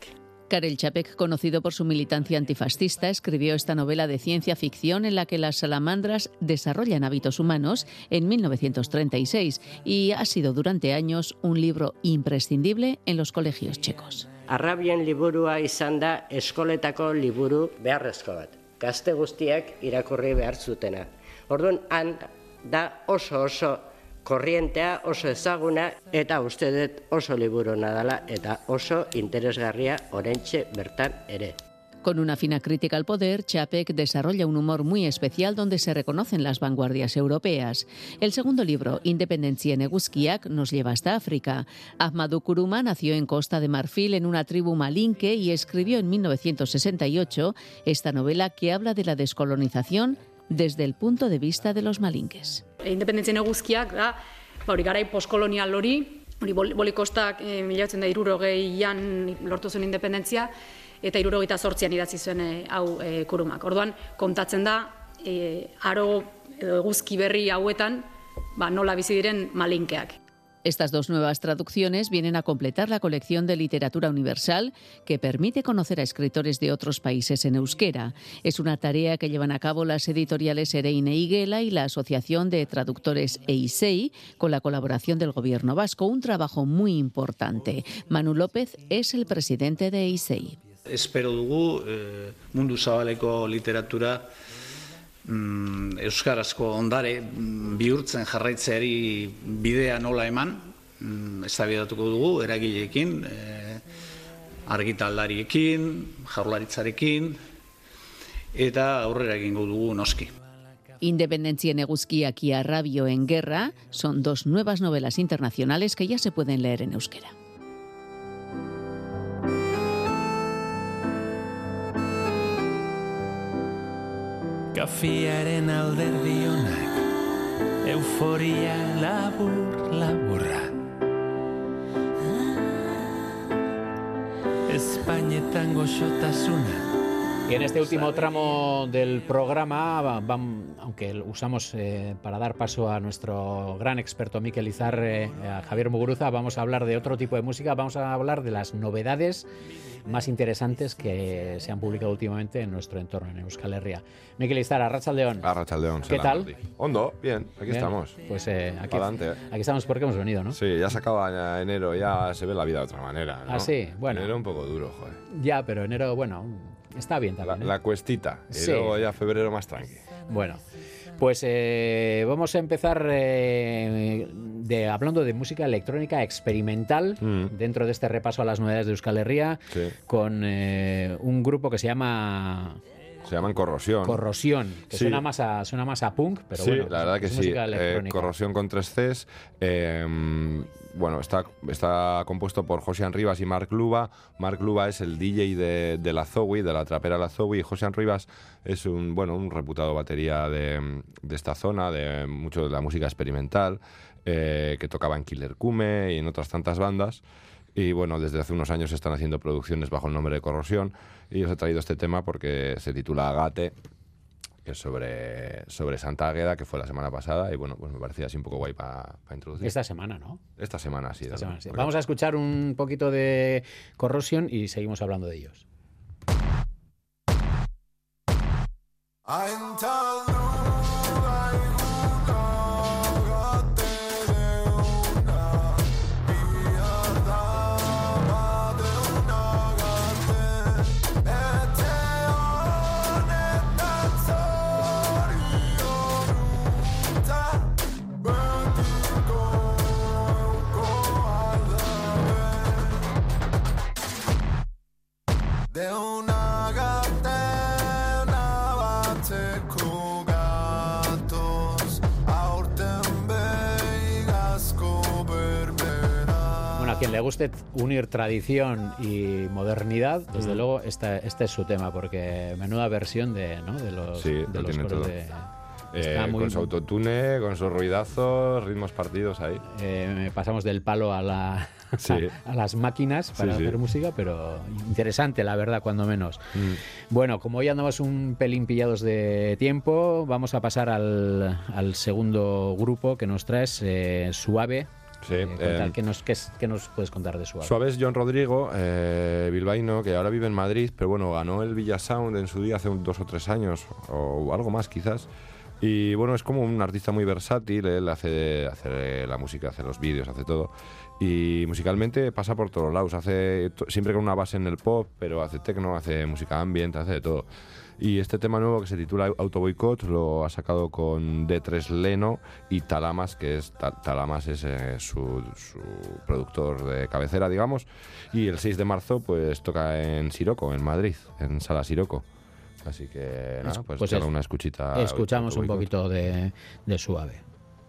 Karel Čapek, conocido por su militancia antifascista, escribió esta novela de ciencia ficción en la que las salamandras desarrollan hábitos humanos en 1936 y ha sido durante años un libro imprescindible en los colegios checos. Arrabien liburua izan da eskoletako liburu beharrezko bat. Gazte guztiak irakurri behar zutena. Orduan, han da oso korrientea, oso ezaguna, eta uste dut oso liburu nadala eta oso interesgarria oraintxe bertan ere. Con una fina crítica al poder, Čapek desarrolla un humor muy especial donde se reconocen las vanguardias europeas. El segundo libro, Independentzien eguzkiak, nos lleva hasta África. Ahmadu Kuruma nació en Costa de Marfil en una tribu malinke y escribió en 1968 esta novela que habla de la descolonización desde el punto de vista de los malinques. Independentzien eguzkiak da, hori garai postkolonial hori Bolikostak 1960an lortu zuen independentzia, eta 1978an idatzi zuen hau Kurumak. Orduan, kontatzen da, aro edo eguzki berri hauetan, nola bizi diren malinkeak. Estas dos nuevas traducciones vienen a completar la colección de literatura universal que permite conocer a escritores de otros países en euskera. Es una tarea que llevan a cabo las editoriales Erein e Higuela y la Asociación de Traductores EISEI con la colaboración del Gobierno vasco, un trabajo muy importante. Manu López es el presidente de EISEI. Espero dugu mundu zabaleko literatura euskarazko ondare bihurtzen jarraitzeari bidea nola eman, eztabaidatuko dugu eragileekin, argitaldariekin, jaurlaritzarekin eta aurrera egingo dugu noski. Independentzien eguzkiak y Arrabio en guerra son dos nuevas novelas internacionales que ya se pueden leer en euskera. Kafiaren alderdi onak, euforia laburra. Espainetan goxotasuna. Y en este último tramo del programa, aunque usamos para dar paso a nuestro gran experto Mikel Izar, a Javier Muguruza, vamos a hablar de otro tipo de música, vamos a hablar de las novedades más interesantes que se han publicado últimamente en nuestro entorno, en Euskal Herria. Mikel Izar, Arratsaldeon. Arratsaldeon. ¿Qué tal? Hondo, bien, aquí bien. Estamos. Pues aquí estamos porque hemos venido, ¿no? Sí, ya se acaba enero, ya se ve la vida de otra manera, ¿no? Ah, sí, bueno. Enero un poco duro, joder. Ya, pero enero, bueno, está bien también. La cuestita, y sí. Luego ya febrero más tranqui. Bueno, pues vamos a empezar hablando de música electrónica experimental dentro de este repaso a las novedades de Euskal Herria, sí, con un grupo que se llaman Corrosión. Corrosión, que sí, suena más a punk, pero sí, bueno, la verdad que sí. Corrosión con 3 Cs. Bueno, está compuesto por Josian Rivas y Marc Luba. Marc Luba es el DJ de la Zowie, de la trapera La Zowie, y Josian Rivas es un reputado batería de esta zona, de mucho de la música experimental, que tocaba en Killer Kume y en otras tantas bandas. Y bueno, desde hace unos años están haciendo producciones bajo el nombre de Corrosión, y os he traído este tema porque se titula Agate, que es sobre Santa Águeda, que fue la semana pasada, y bueno, pues me parecía así un poco guay para introducir. Esta semana, ¿no? Esta semana, sí. Esta semana, sí. Vamos a escuchar un poquito de Corrosión y seguimos hablando de ellos. A quien le guste unir tradición y modernidad, desde luego este es su tema, porque menuda versión de los coros de... con su autotune, con sus ruidazos, ritmos partidos ahí. Pasamos del palo a las máquinas para hacer música, pero interesante, la verdad, cuando menos. Bueno, como hoy andamos un pelín pillados de tiempo, vamos a pasar al segundo grupo que nos traes, Suave, Sí, ¿Qué nos puedes contar de Suave? Suave es John Rodrigo, bilbaíno, que ahora vive en Madrid, pero bueno, ganó el Villa Sound en su día hace 2 o 3 años, o algo más quizás. Y bueno, es como un artista muy versátil, él hace la música, hace los vídeos, hace todo. Y musicalmente pasa por todos lados, hace siempre con una base en el pop, pero hace techno, hace música ambient, hace de todo. Y este tema nuevo que se titula Auto Boycott lo ha sacado con D3 Leno y Talamas, que es Talamas es su productor de cabecera, digamos. Y el 6 de marzo pues toca en Siroco, en Madrid, en Sala Siroco. Así que nada, pues echarle una escuchita. Escuchamos un poquito de Suave.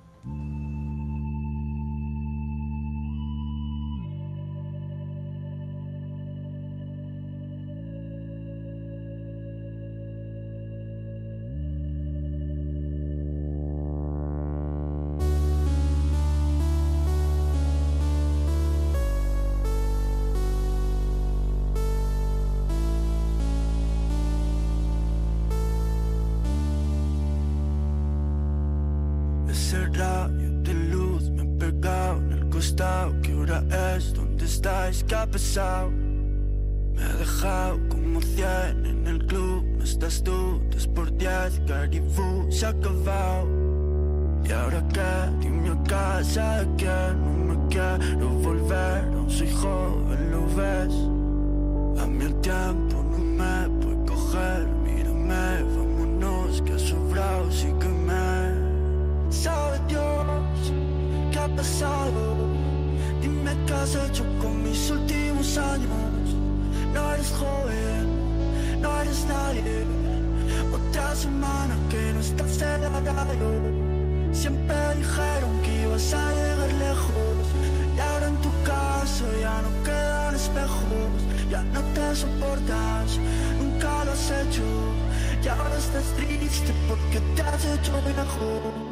Ese rayo de luz me ha pegado en el costado. ¿Qué hora es? ¿Dónde estáis? ¿Qué ha pasado? Me ha dejado como 100 en el club. No estás tú, 2x10, Caribou se ha acabado. ¿Y ahora qué? Dime a casa de quién. No me quiero volver, aún soy joven, ¿lo ves? A mí el tiempo no me puede coger. Mírame, vámonos, que ha sobrado, sígueme. ¿Sabe Dios qué ha pasado? Dime qué has hecho con mis últimos años. No eres joven, no eres nadie. Otra semana que no estás en la radio. Siempre dijeron que ibas a llegar lejos. Y ahora en tu casa ya no quedan espejos. Ya no te soportas, nunca lo has hecho. Y ahora estás triste porque te has hecho viejo.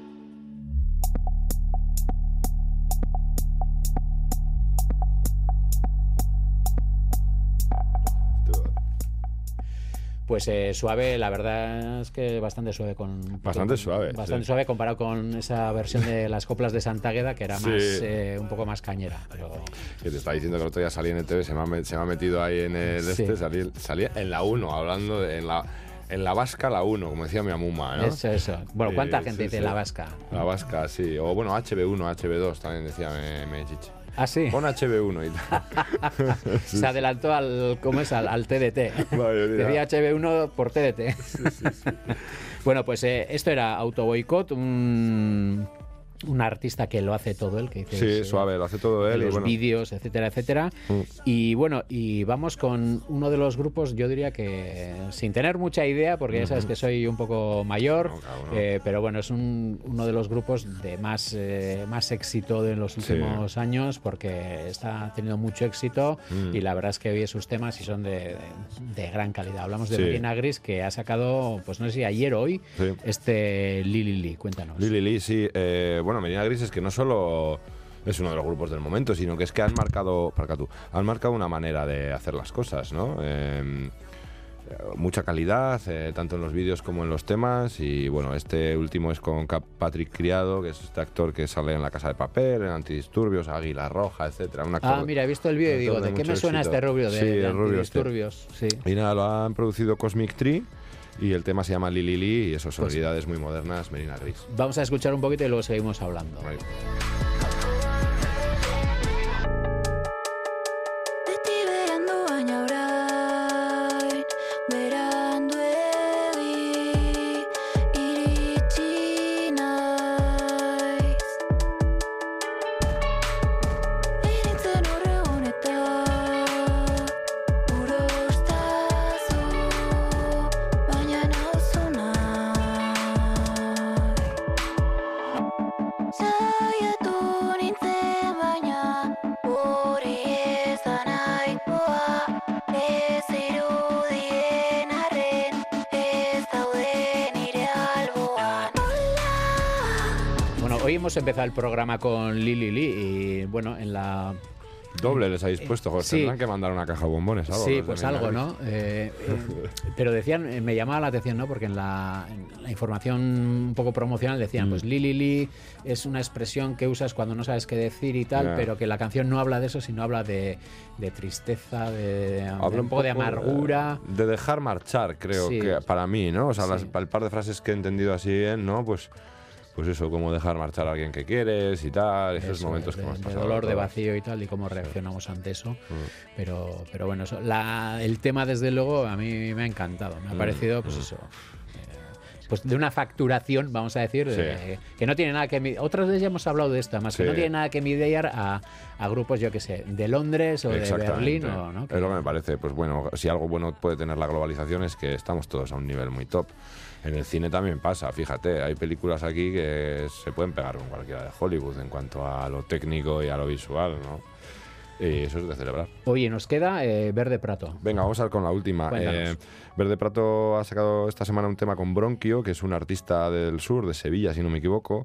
Pues Suave, la verdad es que bastante suave. Bastante suave comparado con esa versión de las coplas de Santa Águeda, que era más un poco más cañera. Pero... Que te estaba diciendo que el otro día salí en el TV, se me ha metido ahí en el salía en la 1, hablando en la Vasca, la 1, como decía mi amuma, ¿no? Eso. Bueno, ¿cuánta gente dice la Vasca? La Vasca, sí. O bueno, HB1, HB2 también decía me chiche. ¿Ah, sí? Pon HB1 y tal. Se adelantó al TDT. Vale, decía HB1 por TDT. Sí. Bueno, pues esto era Auto Boycott, un artista que lo hace todo él, que dice Suave, lo hace todo él. Los vídeos, etcétera, etcétera. Y bueno, y vamos con uno de los grupos, yo diría que sin tener mucha idea, porque ya sabes que soy un poco mayor, pero bueno, es uno de los grupos de más éxito de los últimos años, porque está teniendo mucho éxito y la verdad es que oye sus temas y son de gran calidad. Hablamos de Melina Gris, que ha sacado, pues no sé si ayer o hoy, este Lili. Cuéntanos. Lili, sí. Bueno, Melina Gris es que no solo es uno de los grupos del momento, sino que es que han marcado una manera de hacer las cosas, ¿no? Mucha calidad, tanto en los vídeos como en los temas. Y bueno, este último es con Patrick Criado, que es este actor que sale en La Casa de Papel, en Antidisturbios, Águila Roja, etcétera. Mira, he visto el vídeo y digo, ¿de qué me suena este rubio de Antidisturbios? Sí. Y nada, lo han producido Cosmic Tree. Y el tema se llama Lili y eso, sonoridades muy modernas, Melina Gris. Vamos a escuchar un poquito y luego seguimos hablando. Right. Hoy hemos empezado el programa con Lili y bueno, en la Doble les habéis puesto, José. Sí. Tendrán que mandar una caja de bombones, algo. Sí, pues algo, ¿no? Pero decían, me llamaba la atención, ¿no? Porque en la información un poco promocional decían, pues Lili es una expresión que usas cuando no sabes qué decir y tal, pero que la canción no habla de eso, sino habla de tristeza, de un poco de amargura. De dejar marchar, creo que para mí, ¿no? O sea, el par de frases que he entendido así bien, ¿no? Pues eso, como dejar marchar a alguien que quieres y tal, esos momentos que hemos pasado. De dolor, de vacío y tal, y cómo reaccionamos ante eso. Pero bueno, eso, el tema, desde luego, a mí me ha encantado. Me ha parecido, pues eso, pues de una facturación, vamos a decir, que no tiene nada que... Otras veces ya hemos hablado de esto, más que no tiene nada que mediar a grupos, yo qué sé, de Londres o de Berlín. ¿No? Es lo que me parece. Pues bueno, si algo bueno puede tener la globalización es que estamos todos a un nivel muy top. En el cine también pasa, fíjate, hay películas aquí que se pueden pegar con cualquiera de Hollywood en cuanto a lo técnico y a lo visual, ¿no? Y eso es de celebrar. Oye, nos queda Verde Prato. Venga, vamos a ver con la última. Verde Prato ha sacado esta semana un tema con Bronquio, que es un artista del sur, de Sevilla, si no me equivoco.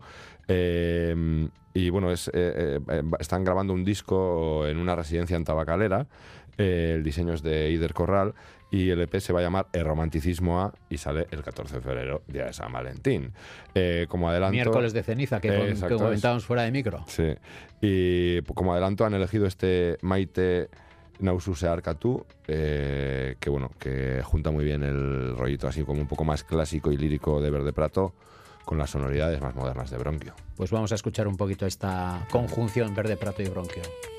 Y bueno, están grabando un disco en una residencia en Tabacalera. El diseño es de Ider Corral. Y el EP se va a llamar El Romanticismo A y sale el 14 de febrero, día de San Valentín. Como adelanto... Miércoles de ceniza, que comentábamos fuera de micro. Sí. Y como adelanto han elegido este Maite Naususe Arkatu, que bueno, que junta muy bien el rollito así como un poco más clásico y lírico de Verde Prato con las sonoridades más modernas de Bronquio. Pues vamos a escuchar un poquito esta conjunción Verde Prato y Bronquio.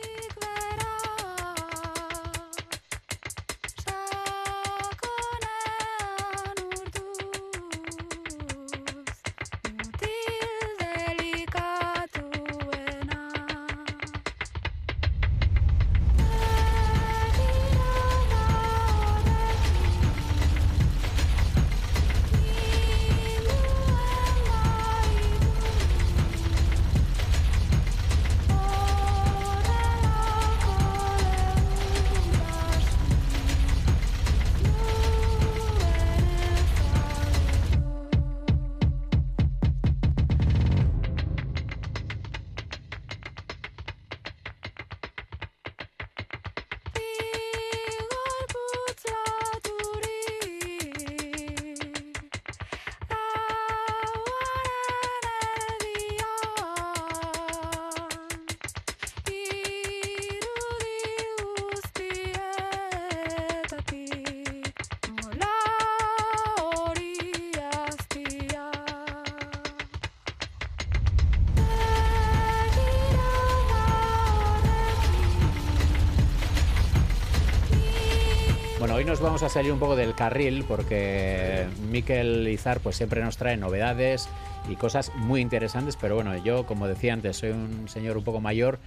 Bueno, hoy nos vamos a salir un poco del carril porque Mikel Izar pues siempre nos trae novedades y cosas muy interesantes, pero bueno, yo, como decía antes, soy un señor un poco mayor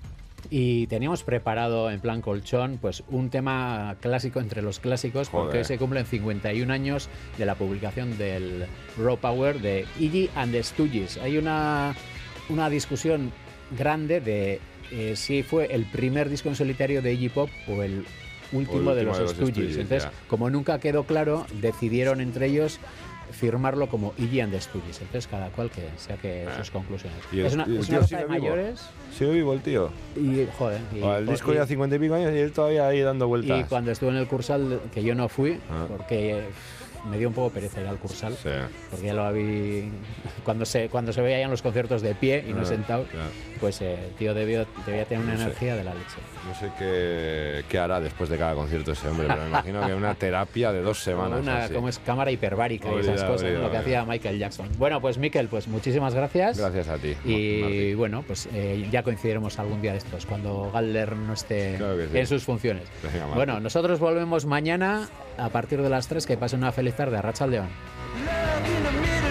y teníamos preparado en plan colchón pues un tema clásico entre los clásicos, porque hoy se cumplen 51 años de la publicación del Raw Power de Iggy and the Stooges. Hay una discusión grande de si fue el primer disco en solitario de Iggy Pop o el último de los Stooges. Entonces, como nunca quedó claro, decidieron entre ellos firmarlo como Iggy and the Stooges. Entonces, cada cual que saque sus conclusiones. Es una cosa de mayores. ¿Sigue vivo el tío? Y, joder. El disco ya 50 y pico años y él todavía ahí dando vueltas. Y cuando estuve en el Cursal, que yo no fui, porque me dio un poco pereza ir al Cursal, porque ya lo vi cuando se veían en los conciertos de pie y no sentado, pues el tío debía tener una energía de la leche. No sé qué hará después de cada concierto ese hombre, pero me imagino que una terapia de 2 semanas. Como es cámara hiperbárica y esas cosas, ¿no? Lo que hacía Michael Jackson. Bueno, pues Mikel, pues muchísimas gracias. Gracias a ti. Y Martín. bueno, pues ya coincidiremos algún día de estos, cuando Galder no esté en sus funciones. Venga, bueno, nosotros volvemos mañana a partir de las 3. Que pasen una feliz tarde. Arratsaldeon.